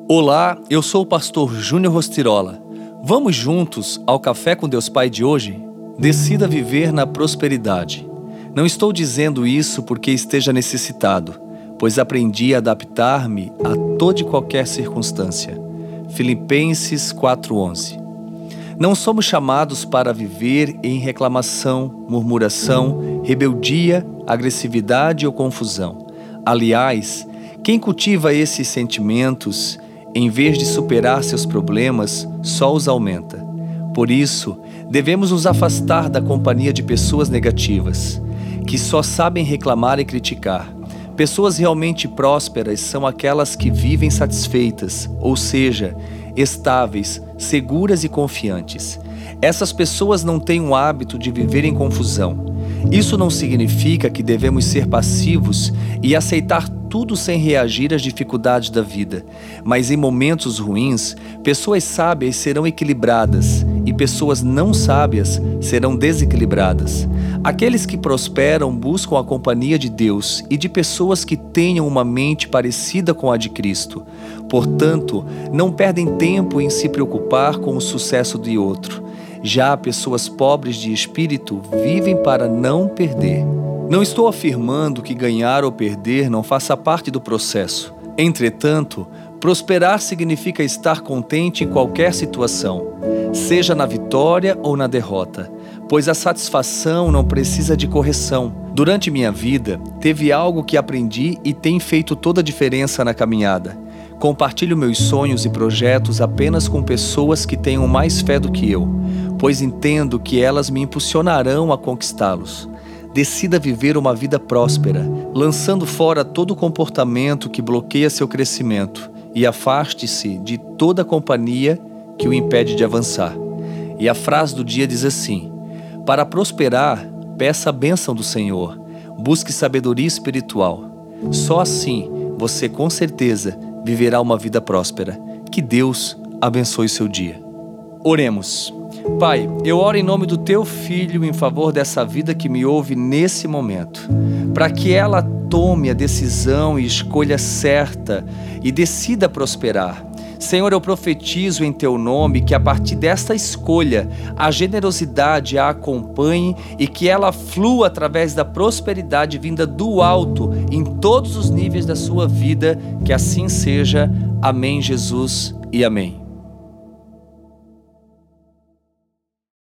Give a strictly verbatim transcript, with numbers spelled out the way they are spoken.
Olá, eu sou o pastor Júnior Rostirola. Vamos juntos ao Café com Deus Pai de hoje? Decida viver na prosperidade. Não estou dizendo isso porque esteja necessitado, pois aprendi a adaptar-me a toda e qualquer circunstância. Filipenses quatro, onze. Não somos chamados para viver em reclamação, murmuração, rebeldia, agressividade ou confusão. Aliás, quem cultiva esses sentimentos, em vez de superar seus problemas, só os aumenta. Por isso, devemos nos afastar da companhia de pessoas negativas, que só sabem reclamar e criticar. Pessoas realmente prósperas são aquelas que vivem satisfeitas, ou seja, estáveis, seguras e confiantes. Essas pessoas não têm o hábito de viver em confusão. Isso não significa que devemos ser passivos e aceitar tudo sem reagir às dificuldades da vida. Mas em momentos ruins, pessoas sábias serão equilibradas e pessoas não sábias serão desequilibradas. Aqueles que prosperam buscam a companhia de Deus e de pessoas que tenham uma mente parecida com a de Cristo. Portanto, não perdem tempo em se preocupar com o sucesso de outro. Já pessoas pobres de espírito vivem para não perder. Não estou afirmando que ganhar ou perder não faça parte do processo. Entretanto, prosperar significa estar contente em qualquer situação, seja na vitória ou na derrota, pois a satisfação não precisa de correção. Durante minha vida, teve algo que aprendi e tem feito toda a diferença na caminhada. Compartilho meus sonhos e projetos apenas com pessoas que tenham mais fé do que eu, pois entendo que elas me impulsionarão a conquistá-los. Decida viver uma vida próspera, lançando fora todo o comportamento que bloqueia seu crescimento e afaste-se de toda a companhia que o impede de avançar. E a frase do dia diz assim: para prosperar, peça a bênção do Senhor, busque sabedoria espiritual. Só assim você com certeza viverá uma vida próspera. Que Deus abençoe seu dia. Oremos. Pai, eu oro em nome do Teu Filho em favor dessa vida que me ouve nesse momento, para que ela tome a decisão e escolha certa e decida prosperar. Senhor, eu profetizo em Teu nome que a partir desta escolha, a generosidade a acompanhe e que ela flua através da prosperidade vinda do alto em todos os níveis da sua vida, que assim seja. Amém, Jesus, e amém.